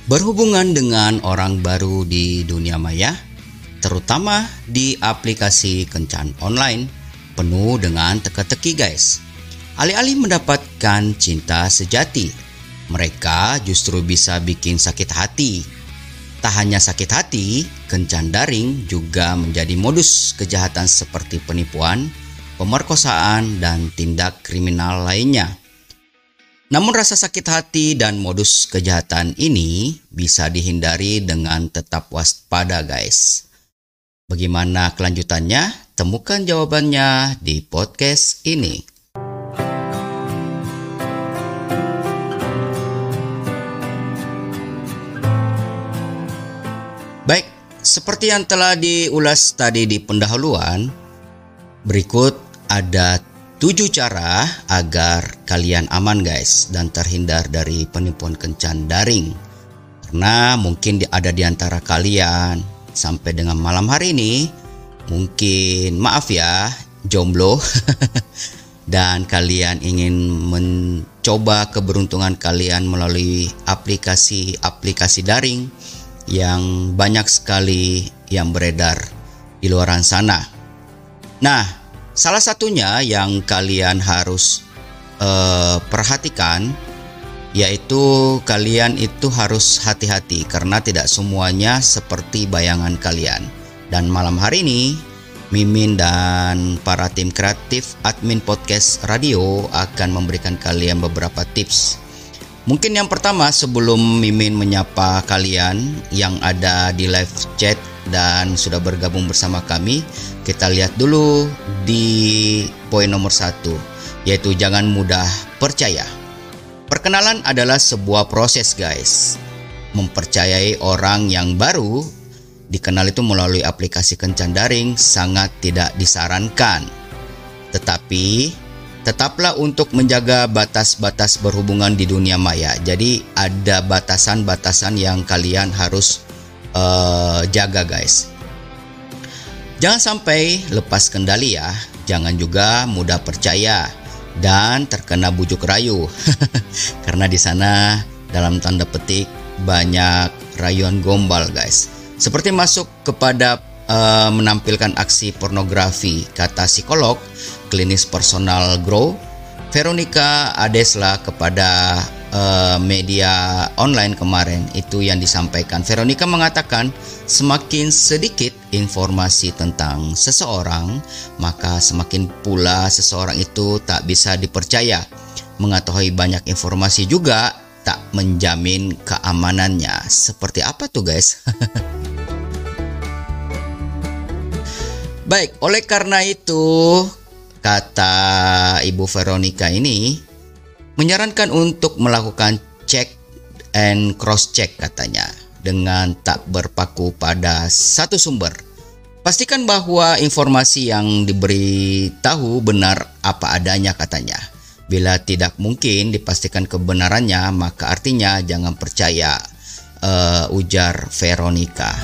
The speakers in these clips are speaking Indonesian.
Berhubungan dengan orang baru di dunia maya, terutama di aplikasi kencan online, penuh dengan teka-teki guys. Alih-alih mendapatkan cinta sejati, mereka justru bisa bikin sakit hati. Tak hanya sakit hati, kencan daring juga menjadi modus kejahatan seperti penipuan, pemerkosaan, dan tindak kriminal lainnya. Namun rasa sakit hati dan modus kejahatan ini bisa dihindari dengan tetap waspada guys. Bagaimana kelanjutannya? Temukan jawabannya di podcast ini. Baik, seperti yang telah diulas tadi di pendahuluan, berikut ada 7 cara agar kalian aman guys dan terhindar dari penipuan kencan daring. Karena mungkin ada di antara kalian sampai dengan malam hari ini mungkin maaf ya jomblo dan kalian ingin mencoba keberuntungan kalian melalui aplikasi daring yang banyak sekali yang beredar di luaran sana. Nah, salah satunya yang kalian harus perhatikan yaitu kalian itu harus hati-hati karena tidak semuanya seperti bayangan kalian. Dan malam hari ini Mimin dan para tim kreatif admin podcast radio akan memberikan kalian beberapa tips. Mungkin yang pertama sebelum Mimin menyapa kalian yang ada di live chat dan sudah bergabung bersama kami, kita lihat dulu di poin nomor 1, yaitu jangan mudah percaya. Perkenalan adalah sebuah proses guys. Mempercayai orang yang baru dikenal itu melalui aplikasi kencan daring sangat tidak disarankan. Tetapi tetaplah untuk menjaga batas-batas berhubungan di dunia maya. Jadi ada batasan-batasan yang kalian harus jaga guys. Jangan sampai lepas kendali ya. Jangan juga mudah percaya dan terkena bujuk rayu. Karena di sana dalam tanda petik banyak rayuan gombal guys. Seperti masuk kepada menampilkan aksi pornografi, kata psikolog klinis personal Grow Veronica Adesla kepada media online kemarin itu yang disampaikan. Veronica mengatakan semakin sedikit informasi tentang seseorang, maka semakin pula seseorang itu tak bisa dipercaya. Mengetahui banyak informasi juga tak menjamin keamanannya. Seperti apa tuh guys? Baik, oleh karena itu kata Ibu Veronica ini menyarankan untuk melakukan check and cross check katanya dengan tak berpaku pada satu sumber. Pastikan bahwa informasi yang diberitahu benar apa adanya katanya. Bila tidak mungkin dipastikan kebenarannya maka artinya jangan percaya, ujar Veronica.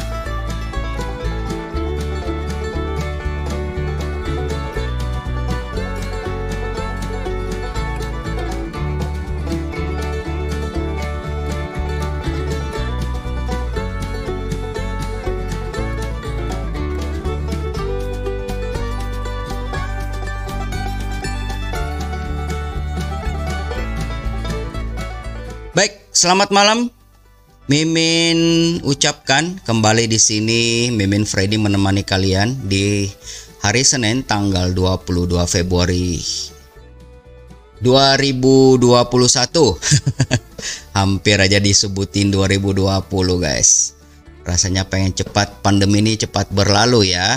Baik, selamat malam. Mimin ucapkan kembali di sini Mimin Freddy menemani kalian di hari Senin tanggal 22 Februari 2021. Hampir aja disebutin 2020 guys. Rasanya pengen cepat pandemi ini cepat berlalu ya.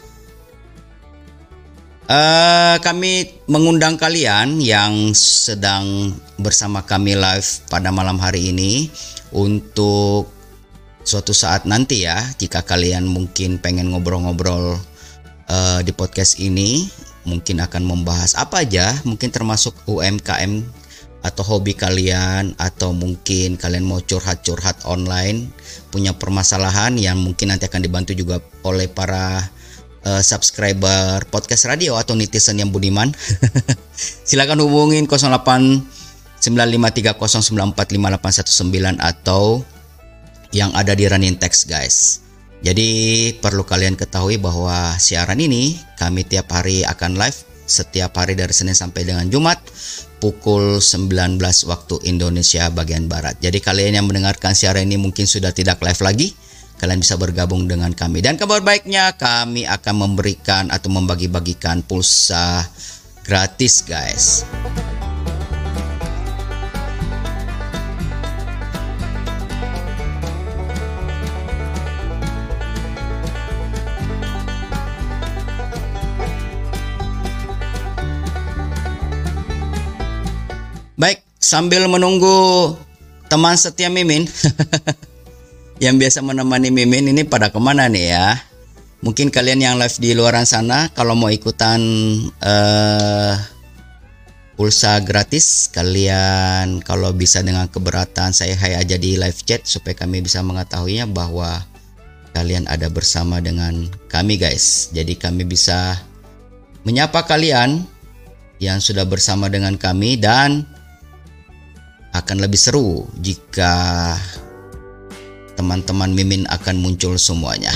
Kami mengundang kalian yang sedang bersama kami live pada malam hari ini untuk suatu saat nanti ya, jika kalian mungkin pengen ngobrol-ngobrol di podcast ini, mungkin akan membahas apa aja, mungkin termasuk UMKM atau hobi kalian, atau mungkin kalian mau curhat-curhat online, punya permasalahan yang mungkin nanti akan dibantu juga oleh para subscriber podcast radio atau netizen yang budiman. Silakan hubungin 08 9530945819 atau yang ada di running text guys. Jadi perlu kalian ketahui bahwa siaran ini kami tiap hari akan live setiap hari dari Senin sampai dengan Jumat pukul 19 waktu Indonesia bagian Barat. Jadi kalian yang mendengarkan siaran ini mungkin sudah tidak live lagi, kalian bisa bergabung dengan kami. Dan kabar baiknya kami akan memberikan atau membagi-bagikan pulsa gratis guys. Baik, sambil menunggu teman setia Mimin yang biasa menemani Mimin ini pada kemana nih ya? Mungkin kalian yang live di luaran sana kalau mau ikutan pulsa gratis, kalian kalau bisa dengan keberatan saya hai aja di live chat supaya kami bisa mengetahuinya bahwa kalian ada bersama dengan kami guys. Jadi kami bisa menyapa kalian yang sudah bersama dengan kami, dan akan lebih seru jika teman-teman Mimin akan muncul semuanya.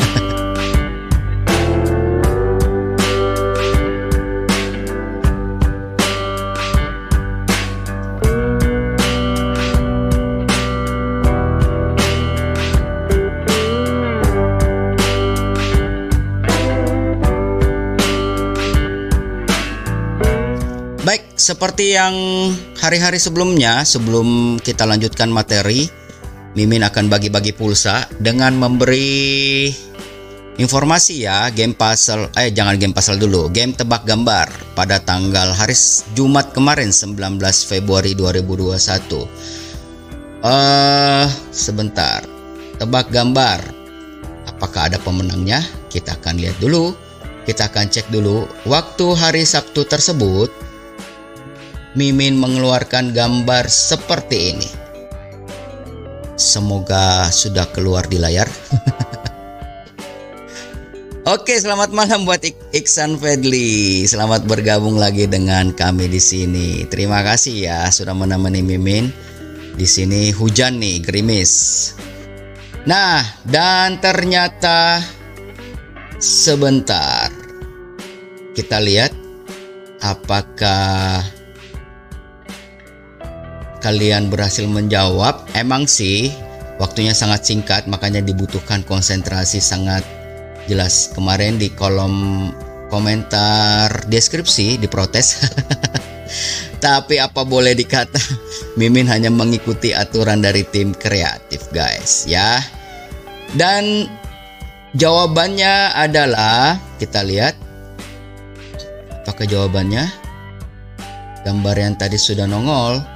Baik, seperti yang hari-hari sebelumnya, sebelum kita lanjutkan materi, Mimin akan bagi-bagi pulsa dengan memberi informasi ya, game puzzle, jangan game puzzle dulu, game tebak gambar pada tanggal hari Jumat kemarin 19 Februari 2021. Sebentar, tebak gambar, apakah ada pemenangnya? Kita akan lihat dulu, kita akan cek dulu. Waktu hari Sabtu tersebut Mimin mengeluarkan gambar seperti ini. Semoga sudah keluar di layar. Oke, selamat malam buat Iksan Fedli. Selamat bergabung lagi dengan kami di sini. Terima kasih ya sudah menemani Mimin. Di sini hujan nih, gerimis. Nah, dan ternyata sebentar kita lihat apakah kalian berhasil menjawab. Emang sih waktunya sangat singkat, makanya dibutuhkan konsentrasi sangat jelas. Kemarin di kolom komentar deskripsi diprotes. Tapi apa boleh dikata, Mimin hanya mengikuti aturan dari tim kreatif guys ya. Dan jawabannya adalah, kita lihat apakah jawabannya. Gambar yang tadi sudah nongol,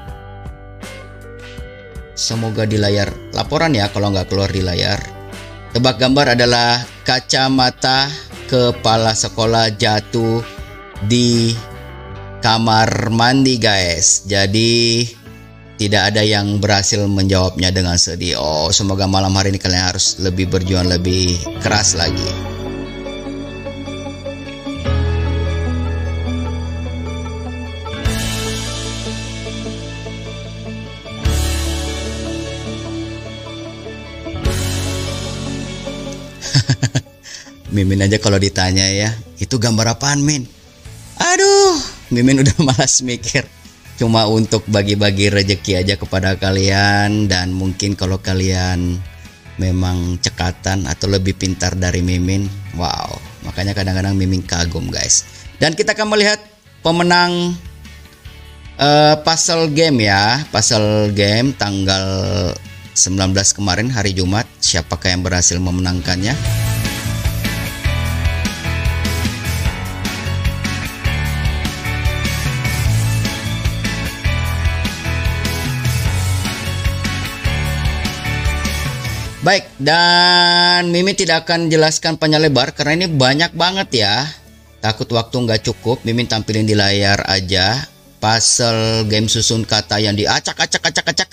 semoga di layar laporan ya, kalau nggak keluar di layar. Tebak gambar adalah kacamata kepala sekolah jatuh di kamar mandi guys. Jadi tidak ada yang berhasil menjawabnya dengan sedih. Oh, semoga malam hari ini kalian harus lebih berjuang lebih keras lagi. Mimin aja kalau ditanya ya, itu gambar apaan Min? Aduh, Mimin udah malas mikir. Cuma untuk bagi-bagi rezeki aja kepada kalian. Dan mungkin kalau kalian memang cekatan atau lebih pintar dari Mimin, wow, makanya kadang-kadang Mimin kagum guys. Dan kita akan melihat pemenang puzzle game ya, puzzle game tanggal 19 kemarin hari Jumat. Siapakah yang berhasil memenangkannya? Baik, dan Mimin tidak akan jelaskan panjang lebar karena ini banyak banget ya. Takut waktu nggak cukup, Mimin tampilin di layar aja puzzle game susun kata yang diacak-acak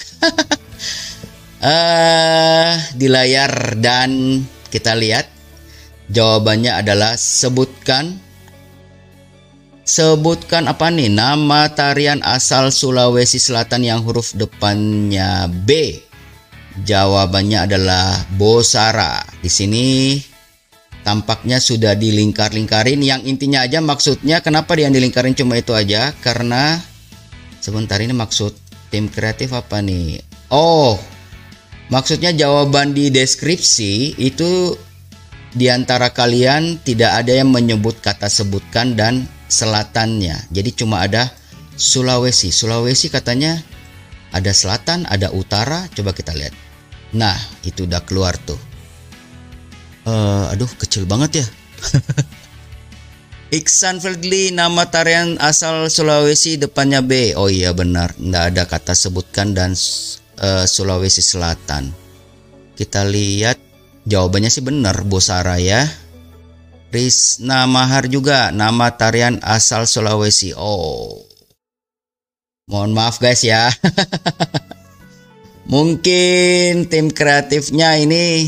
di layar. Dan kita lihat jawabannya adalah sebutkan apa nih, nama tarian asal Sulawesi Selatan yang huruf depannya B. Jawabannya adalah Bosara. Di sini tampaknya sudah dilingkar-lingkarin. Yang intinya aja maksudnya, kenapa dia dilingkarin cuma itu aja? Karena sebentar, ini maksud tim kreatif apa nih? Oh, maksudnya jawaban di deskripsi itu di antara kalian tidak ada yang menyebut kata sebutkan dan selatannya. Jadi cuma ada Sulawesi. Sulawesi katanya ada selatan, ada utara. Coba kita lihat. Nah, itu udah keluar tuh. Aduh, kecil banget ya. Iksan Fredly, nama tarian asal Sulawesi depannya B. Oh iya benar, nggak ada kata sebutkan dan Sulawesi Selatan. Kita lihat jawabannya sih benar, Bosara ya. Rizna Mahar juga, nama tarian asal Sulawesi. Oh, mohon maaf guys ya. Mungkin tim kreatifnya ini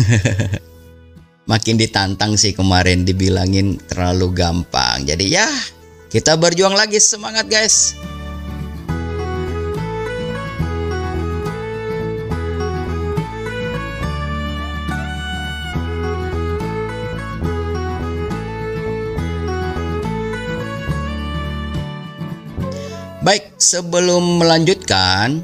makin ditantang sih, kemarin dibilangin terlalu gampang. Jadi ya, kita berjuang lagi, semangat guys. Baik, sebelum melanjutkan,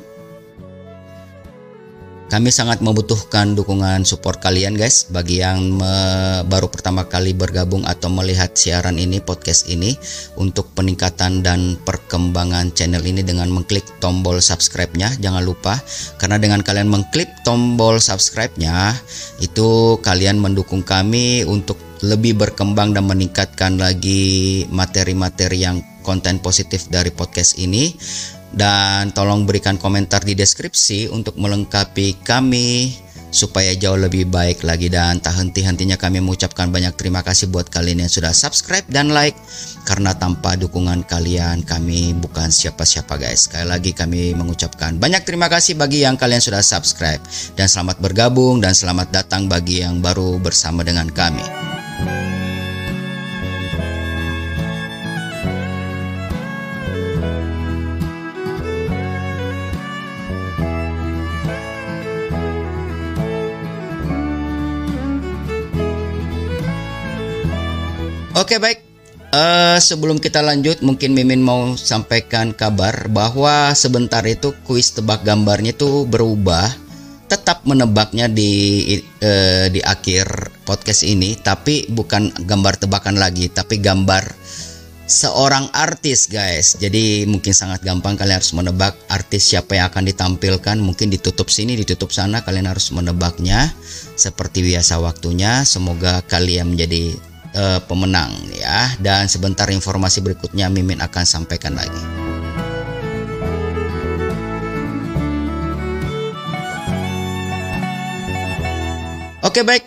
kami sangat membutuhkan dukungan support kalian guys. Bagi yang baru pertama kali bergabung atau melihat siaran ini, podcast ini, untuk peningkatan dan perkembangan channel ini dengan mengklik tombol subscribe-nya. Jangan lupa, karena dengan kalian mengklik tombol subscribe-nya, itu kalian mendukung kami untuk lebih berkembang dan meningkatkan lagi materi-materi yang konten positif dari podcast ini. Dan tolong berikan komentar di deskripsi untuk melengkapi kami supaya jauh lebih baik lagi. Dan tak henti-hentinya kami mengucapkan banyak terima kasih buat kalian yang sudah subscribe dan like, karena tanpa dukungan kalian kami bukan siapa-siapa guys. Sekali lagi kami mengucapkan banyak terima kasih bagi yang kalian sudah subscribe, dan selamat bergabung dan selamat datang bagi yang baru bersama dengan kami. Oke baik, sebelum kita lanjut, mungkin Mimin mau sampaikan kabar bahwa sebentar itu kuis tebak gambarnya itu berubah. Tetap menebaknya di akhir podcast ini, tapi bukan gambar tebakan lagi, tapi gambar seorang artis guys. Jadi mungkin sangat gampang, kalian harus menebak artis siapa yang akan ditampilkan. Mungkin ditutup sini, ditutup sana, kalian harus menebaknya seperti biasa waktunya. Semoga kalian menjadi pemenang ya. Dan sebentar informasi berikutnya Mimin akan sampaikan lagi. Oke baik,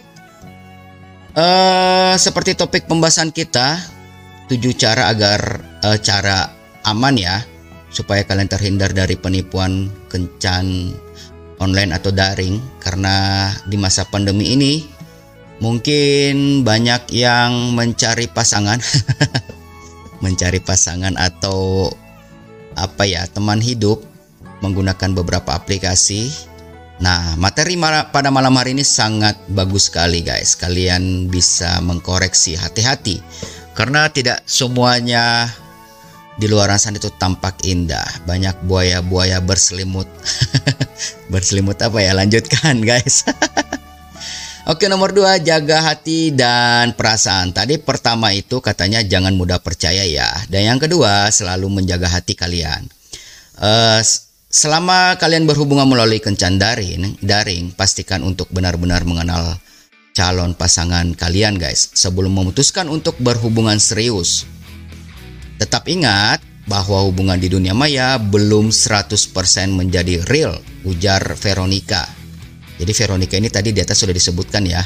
seperti topik pembahasan kita, 7 cara agar cara aman ya, supaya kalian terhindar dari penipuan kencan online atau daring. Karena di masa pandemi ini mungkin banyak yang mencari pasangan mencari pasangan atau apa ya, teman hidup menggunakan beberapa aplikasi. Nah, materi pada malam hari ini sangat bagus sekali guys. Kalian bisa mengkoreksi, hati-hati, karena tidak semuanya di luar sana itu tampak indah. Banyak buaya-buaya berselimut berselimut apa ya, lanjutkan guys. Oke, nomor 2, jaga hati dan perasaan. Tadi pertama itu katanya jangan mudah percaya ya. Dan yang kedua, selalu menjaga hati kalian. Selama kalian berhubungan melalui kencan daring, pastikan untuk benar-benar mengenal calon pasangan kalian guys, sebelum memutuskan untuk berhubungan serius. Tetap ingat bahwa hubungan di dunia maya belum 100% menjadi real, ujar Veronica. Jadi Veronica ini tadi di atas sudah disebutkan ya.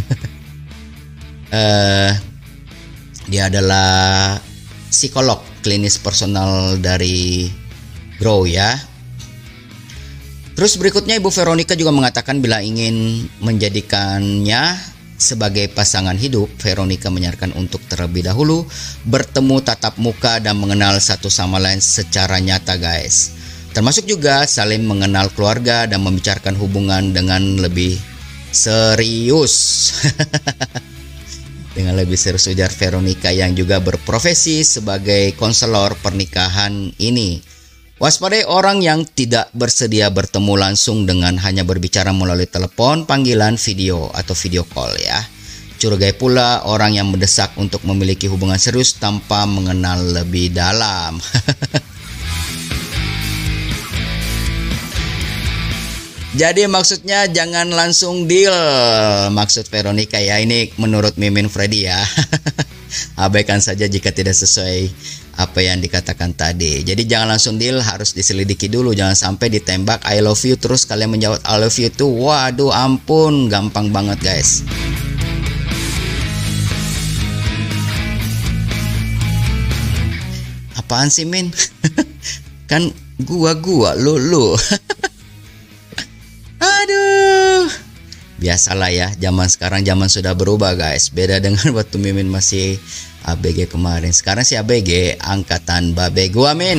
Dia adalah psikolog klinis personal dari Grow ya. Terus berikutnya Ibu Veronica juga mengatakan bila ingin menjadikannya sebagai pasangan hidup, Veronica menyarankan untuk terlebih dahulu bertemu tatap muka dan mengenal satu sama lain secara nyata guys. Termasuk juga saling mengenal keluarga dan membicarakan hubungan dengan lebih serius. Dengan lebih serius, ujar Veronica yang juga berprofesi sebagai konselor pernikahan ini. Waspadai orang yang tidak bersedia bertemu langsung dengan hanya berbicara melalui telepon, panggilan video atau video call ya. Curigai pula orang yang mendesak untuk memiliki hubungan serius tanpa mengenal lebih dalam. Jadi maksudnya jangan langsung deal, maksud Veronica ya. Ini menurut Mimin Freddy ya. Abaikan saja jika tidak sesuai apa yang dikatakan tadi. Jadi jangan langsung deal, harus diselidiki dulu. Jangan sampai ditembak I love you terus kalian menjawab I love you itu, waduh ampun, gampang banget guys. Apaan sih Min? Kan gua lu. Aduh, biasalah ya, zaman sekarang zaman sudah berubah guys. Beda dengan waktu Mimin masih ABG kemarin. Sekarang si ABG angkatan babe gua Min.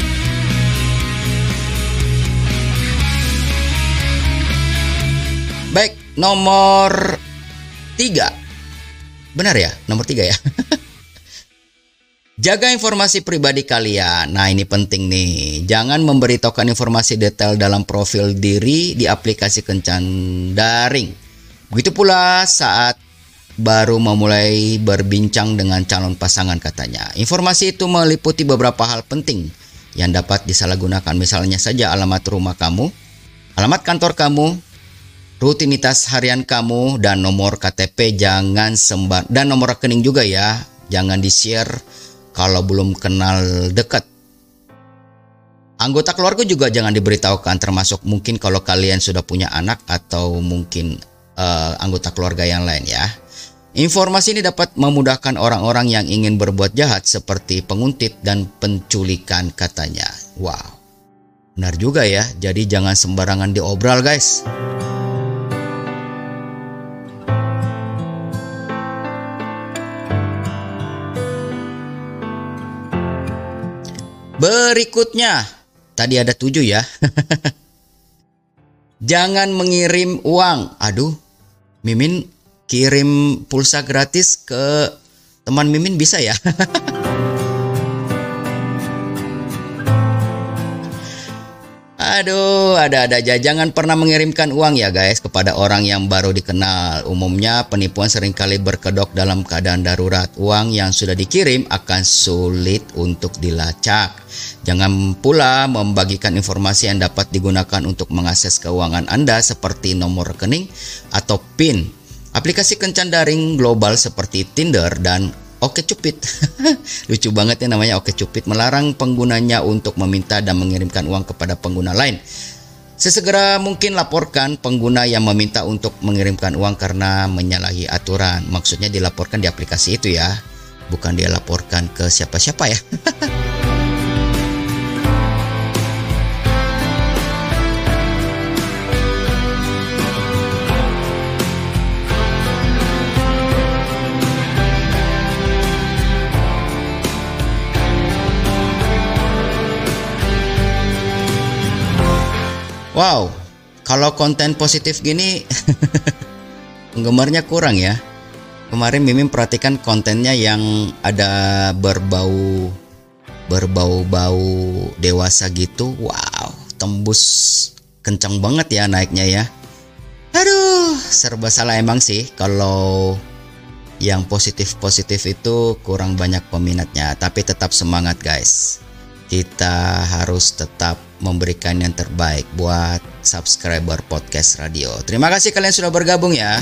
Baik, nomor 3. Benar ya, nomor 3 ya. Jaga informasi pribadi kalian. Nah ini penting nih. Jangan memberitahukan informasi detail dalam profil diri di aplikasi kencan daring. Begitu pula saat baru memulai berbincang dengan calon pasangan katanya. Informasi itu meliputi beberapa hal penting yang dapat disalahgunakan. Misalnya saja alamat rumah kamu, alamat kantor kamu, rutinitas harian kamu, dan nomor KTP dan nomor rekening juga ya. Jangan di-share kalau belum kenal dekat. Anggota keluarga juga jangan diberitahukan, termasuk mungkin kalau kalian sudah punya anak atau mungkin anggota keluarga yang lain ya. Informasi ini dapat memudahkan orang-orang yang ingin berbuat jahat seperti penguntit dan penculikan katanya. Wow, benar juga ya. Jadi jangan sembarangan diobral guys. Berikutnya, tadi ada 7 ya. Jangan mengirim uang. Aduh, Mimin kirim pulsa gratis ke teman Mimin bisa ya? Aduh, ada-ada aja. Jangan pernah mengirimkan uang ya guys kepada orang yang baru dikenal. Umumnya penipuan seringkali berkedok dalam keadaan darurat. Uang yang sudah dikirim akan sulit untuk dilacak. Jangan pula membagikan informasi yang dapat digunakan untuk mengakses keuangan Anda seperti nomor rekening atau PIN. Aplikasi kencan daring global seperti Tinder dan OkCupid, lucu banget ya namanya OkCupid, melarang penggunanya untuk meminta dan mengirimkan uang kepada pengguna lain. Sesegera mungkin laporkan pengguna yang meminta untuk mengirimkan uang karena menyalahi aturan. Maksudnya dilaporkan di aplikasi itu ya, bukan dia laporkan ke siapa-siapa ya. Wow, kalau konten positif gini penggemarnya kurang ya. Kemarin Mimin perhatikan kontennya yang ada berbau dewasa gitu. Wow, tembus kencang banget ya naiknya ya. Aduh, serba salah emang sih kalau yang positif-positif itu kurang banyak peminatnya. Tapi tetap semangat guys. Kita harus tetap memberikan yang terbaik buat subscriber podcast radio. Terima kasih kalian sudah bergabung ya.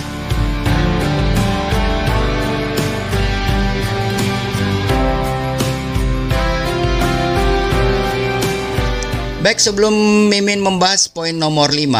Baik, sebelum Mimin membahas poin nomor 5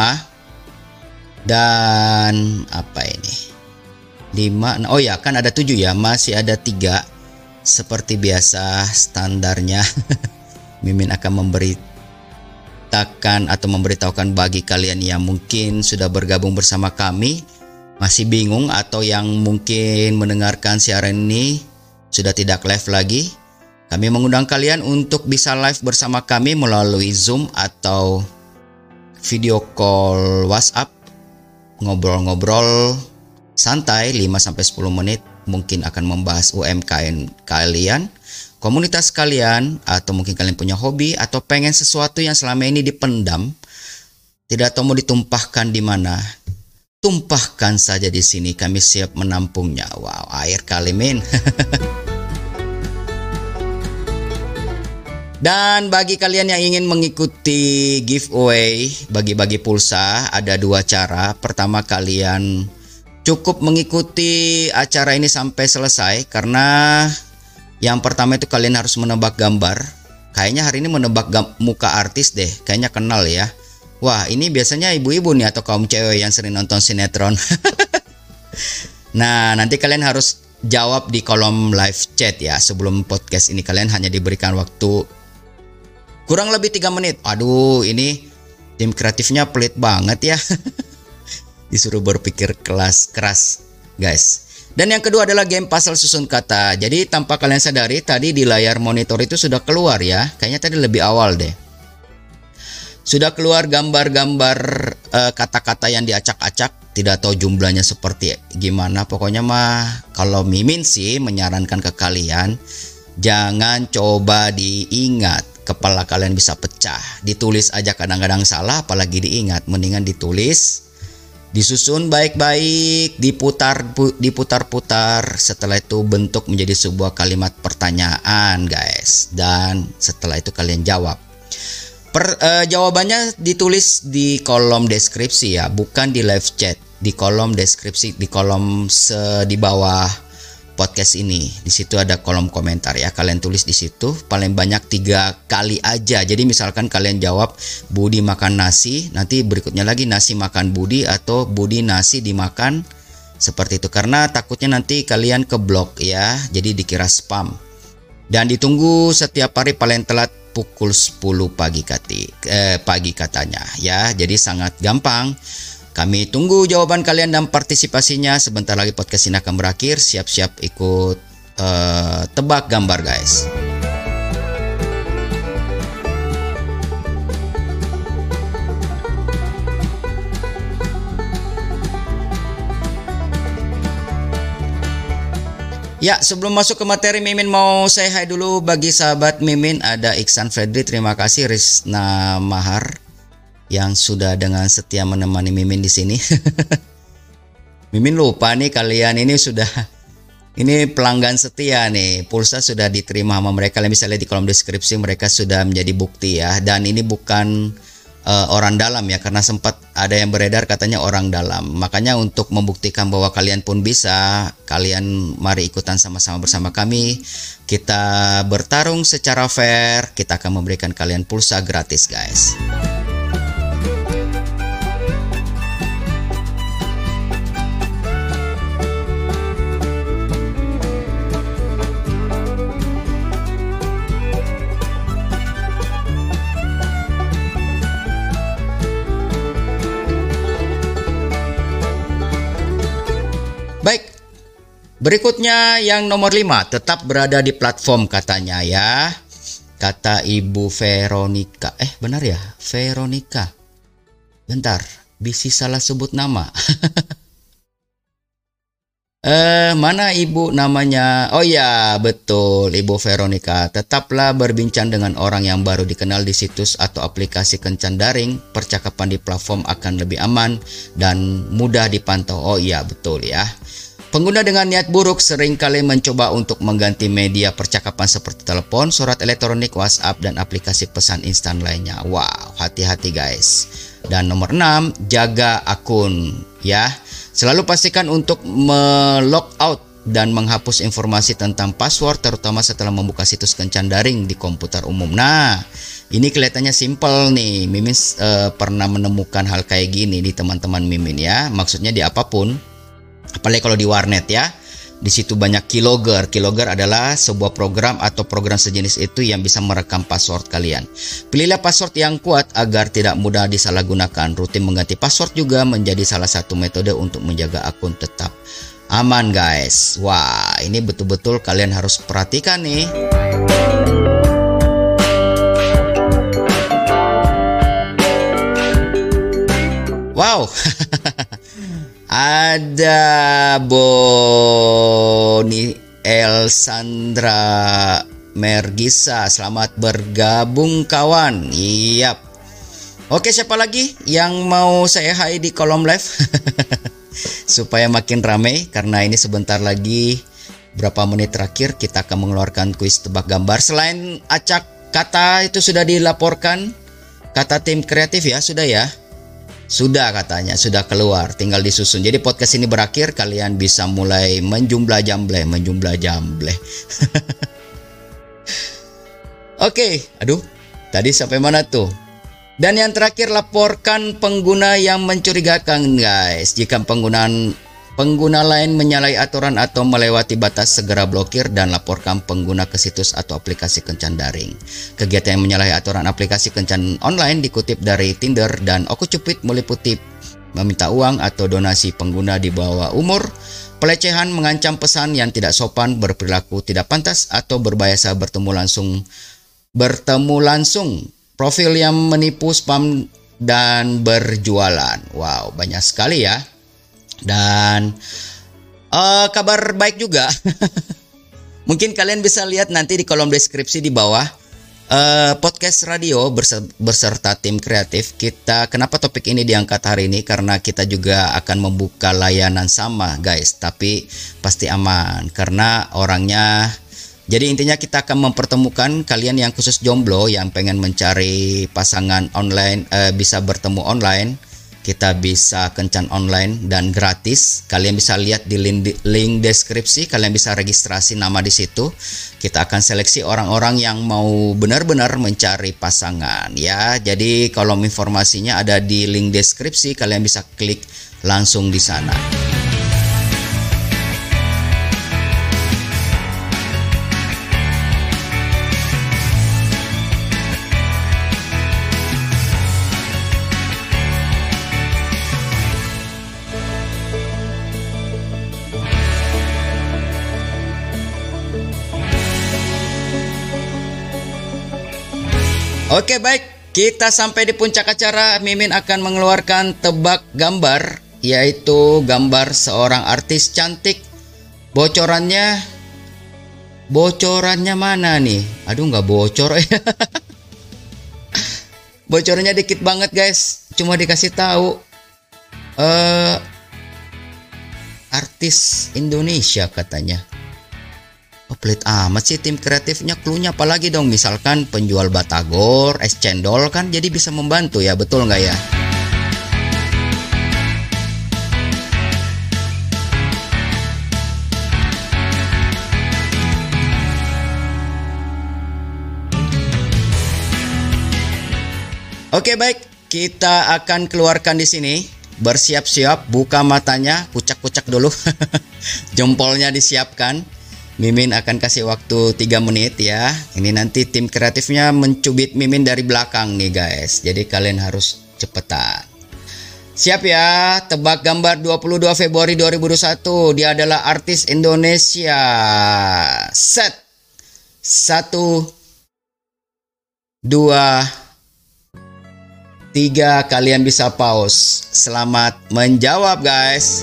dan apa ini 5, oh ya kan ada 7 ya, masih ada 3 seperti biasa standarnya. Mimin akan memberitahukan bagi kalian yang mungkin sudah bergabung bersama kami, masih bingung atau yang mungkin mendengarkan siaran ini sudah tidak live lagi. Kami mengundang kalian untuk bisa live bersama kami melalui Zoom atau video call WhatsApp. Ngobrol-ngobrol santai 5-10 menit, mungkin akan membahas UMKM kalian, komunitas kalian, atau mungkin kalian punya hobi atau pengen sesuatu yang selama ini dipendam, tidak tahu mau ditumpahkan di mana. Tumpahkan saja di sini, kami siap menampungnya. Wow, air kali min. Dan bagi kalian yang ingin mengikuti giveaway bagi-bagi pulsa, ada 2 cara. Pertama, kalian cukup mengikuti acara ini sampai selesai, karena yang pertama itu kalian harus menebak gambar. Kayaknya hari ini menebak muka artis deh, kayaknya kenal ya. Wah, ini biasanya ibu-ibu nih atau kaum cewek yang sering nonton sinetron. Nah, nanti kalian harus jawab di kolom live chat ya. Sebelum podcast ini kalian hanya diberikan waktu kurang lebih 3 menit. Aduh, ini tim kreatifnya pelit banget ya. Disuruh berpikir keras, guys. Dan yang kedua adalah game puzzle susun kata. Jadi tanpa kalian sadari, tadi di layar monitor itu sudah keluar ya. Kayaknya tadi lebih awal deh. Sudah keluar gambar-gambar kata-kata yang diacak-acak. Tidak tahu jumlahnya seperti gimana. Pokoknya mah kalau Mimin sih menyarankan ke kalian, jangan coba diingat. Kepala kalian bisa pecah. Ditulis aja kadang-kadang salah, apalagi diingat. Mendingan ditulis, disusun baik-baik, diputar-putar. Setelah itu bentuk menjadi sebuah kalimat pertanyaan, guys. Dan setelah itu kalian jawab. Jawabannya ditulis di kolom deskripsi ya, bukan di live chat. Di kolom deskripsi, di kolom di bawah podcast ini. Di situ ada kolom komentar ya. Kalian tulis di situ paling banyak 3 kali aja. Jadi misalkan kalian jawab Budi makan nasi, nanti berikutnya lagi nasi makan Budi atau Budi nasi dimakan, seperti itu. Karena takutnya nanti kalian keblok ya. Jadi dikira spam. Dan ditunggu setiap hari paling telat pukul 10 pagi katanya ya. Jadi sangat gampang. Kami tunggu jawaban kalian dan partisipasinya. Sebentar lagi podcast ini akan berakhir. Siap-siap ikut tebak gambar, guys. Ya, sebelum masuk ke materi, Mimin mau say hi dulu bagi sahabat Mimin. Ada Iksan Fredri, terima kasih. Rizna Mahar yang sudah dengan setia menemani Mimin di sini. Mimin lupa nih, kalian ini pelanggan setia nih. Pulsa sudah diterima sama mereka. Kalian bisa lihat di kolom deskripsi, mereka sudah menjadi bukti ya. Dan ini bukan orang dalam ya, karena sempat ada yang beredar katanya orang dalam. Makanya untuk membuktikan bahwa kalian pun bisa, kalian mari ikutan sama-sama bersama kami. Kita bertarung secara fair. Kita akan memberikan kalian pulsa gratis, guys. Baik, berikutnya yang nomor 5, tetap berada di platform katanya ya. Kata Ibu Veronica. Benar ya? Veronica. Bentar, bisa salah sebut nama. Mana ibu namanya? Oh ya, betul, Ibu Veronica. Tetaplah berbincang dengan orang yang baru dikenal di situs atau aplikasi kencan daring. Percakapan di platform akan lebih aman dan mudah dipantau. Oh iya, betul ya. Pengguna dengan niat buruk seringkali mencoba untuk mengganti media percakapan seperti telepon, surat elektronik, WhatsApp, dan aplikasi pesan instan lainnya. Wow, hati-hati guys. Dan nomor 6, jaga akun ya. Selalu pastikan untuk melog out dan menghapus informasi tentang password, terutama setelah membuka situs kencan daring di komputer umum. Nah, ini kelihatannya simple nih. Mimin pernah menemukan hal kayak gini di teman-teman Mimin ya. Maksudnya di apapun, apalagi kalau di warnet ya. Di situ banyak keylogger. Keylogger adalah sebuah program atau program sejenis itu yang bisa merekam password kalian. Pilihlah password yang kuat agar tidak mudah disalahgunakan. Rutin mengganti password juga menjadi salah satu metode untuk menjaga akun tetap aman guys. Wah, ini betul-betul kalian harus perhatikan nih. Wow. Ada Boni Elsandra Mergisa, selamat bergabung kawan. Yap. Oke, siapa lagi yang mau saya hai di kolom live? Supaya makin ramai, karena ini sebentar lagi, berapa menit terakhir kita akan mengeluarkan kuis tebak gambar. Selain acak kata itu sudah dilaporkan, kata tim kreatif ya, sudah ya? Sudah katanya, sudah keluar, tinggal disusun. Jadi podcast ini berakhir, kalian bisa mulai menjumlah jambleh. Oke, aduh, tadi sampai mana tuh? Dan yang terakhir, laporkan pengguna yang mencurigakan guys. Jika pengguna lain menyalahi aturan atau melewati batas, segera blokir dan laporkan pengguna ke situs atau aplikasi kencan daring. Kegiatan yang menyalahi aturan aplikasi kencan online dikutip dari Tinder dan OkCupid meliputi meminta uang atau donasi pengguna di bawah umur, pelecehan, mengancam pesan yang tidak sopan, berperilaku tidak pantas, atau berbahasa bertemu langsung, profil yang menipu, spam, dan berjualan. Wow, banyak sekali ya. Dan kabar baik juga. Mungkin kalian bisa lihat nanti di kolom deskripsi di bawah, podcast radio berserta tim kreatif kita. Kenapa topik ini diangkat hari ini? Karena kita juga akan membuka layanan sama guys, tapi pasti aman karena orangnya. Jadi intinya kita akan mempertemukan kalian yang khusus jomblo yang pengen mencari pasangan online, bisa bertemu online. Kita bisa kencan online dan gratis. Kalian bisa lihat di link deskripsi. Kalian bisa registrasi nama di situ. Kita akan seleksi orang-orang yang mau benar-benar mencari pasangan ya. Jadi kolom informasinya ada di link deskripsi. Kalian bisa klik langsung di sana. Oke baik, kita sampai di puncak acara. Mimin akan mengeluarkan tebak gambar, yaitu gambar seorang artis cantik. Bocorannya mana nih? Aduh nggak bocor. Bocorannya dikit banget guys, cuma dikasih tahu artis Indonesia katanya. Pelit amat sih tim kreatifnya. Cluenya apalagi dong, misalkan penjual batagor, es cendol kan, jadi bisa membantu ya, betul nggak ya? Oke baik, kita akan keluarkan di sini. Bersiap-siap, buka matanya, kucak-kucak dulu. Jempolnya disiapkan. Mimin akan kasih waktu 3 menit ya. Ini nanti tim kreatifnya mencubit Mimin dari belakang nih guys. Jadi kalian harus cepetan. Siap ya, tebak gambar 22 Februari 2021. Dia adalah artis Indonesia. Set. 1 2 3. Kalian bisa pause. Selamat menjawab guys.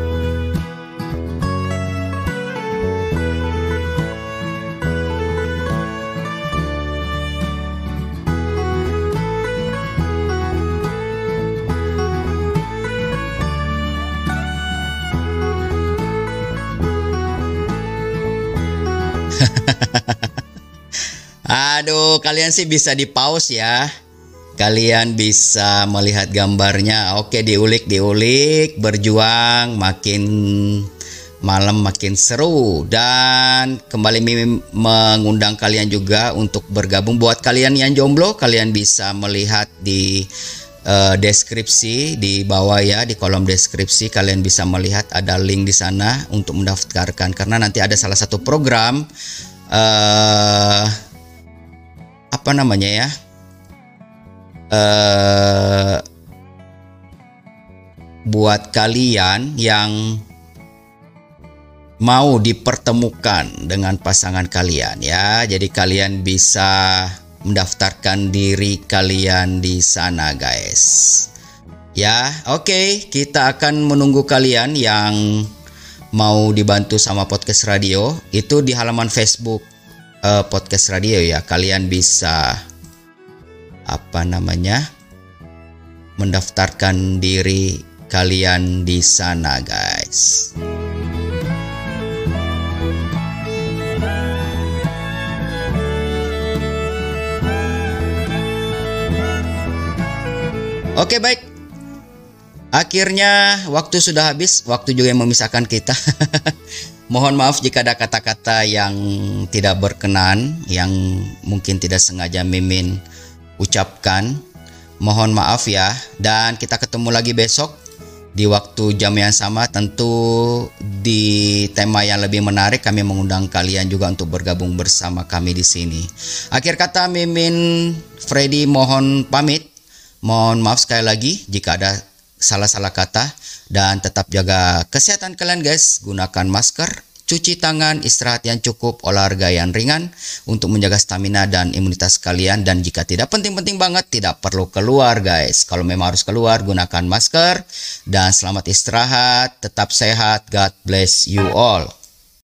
Aduh, kalian sih bisa di pause ya. Kalian bisa melihat gambarnya. Oke, diulik, berjuang, makin malam makin seru. Dan kembali Mimin mengundang kalian juga untuk bergabung. Buat kalian yang jomblo, kalian bisa melihat di deskripsi di bawah ya, di kolom deskripsi kalian bisa melihat ada link di sana untuk mendaftarkan, karena nanti ada salah satu program apa namanya ya, buat kalian yang mau dipertemukan dengan pasangan kalian ya. Jadi kalian bisa mendaftarkan diri kalian di sana guys. Ya, oke, kita akan menunggu kalian yang mau dibantu sama podcast radio. Itu di halaman Facebook podcast radio ya. Kalian bisa mendaftarkan diri kalian di sana guys. Oke, baik. Akhirnya waktu sudah habis, waktu juga yang memisahkan kita. Mohon maaf jika ada kata-kata yang tidak berkenan, yang mungkin tidak sengaja Mimin ucapkan. Mohon maaf ya, dan kita ketemu lagi besok di waktu jam yang sama, tentu di tema yang lebih menarik. Kami mengundang kalian juga untuk bergabung bersama kami di sini. Akhir kata Mimin Freddy mohon pamit. Mohon maaf sekali lagi jika ada salah-salah kata, dan tetap jaga kesehatan kalian guys. Gunakan masker, cuci tangan, istirahat yang cukup, olahraga yang ringan untuk menjaga stamina dan imunitas kalian. Dan jika tidak penting-penting banget, tidak perlu keluar guys. Kalau memang harus keluar, gunakan masker. Dan selamat istirahat, tetap sehat. God bless you all.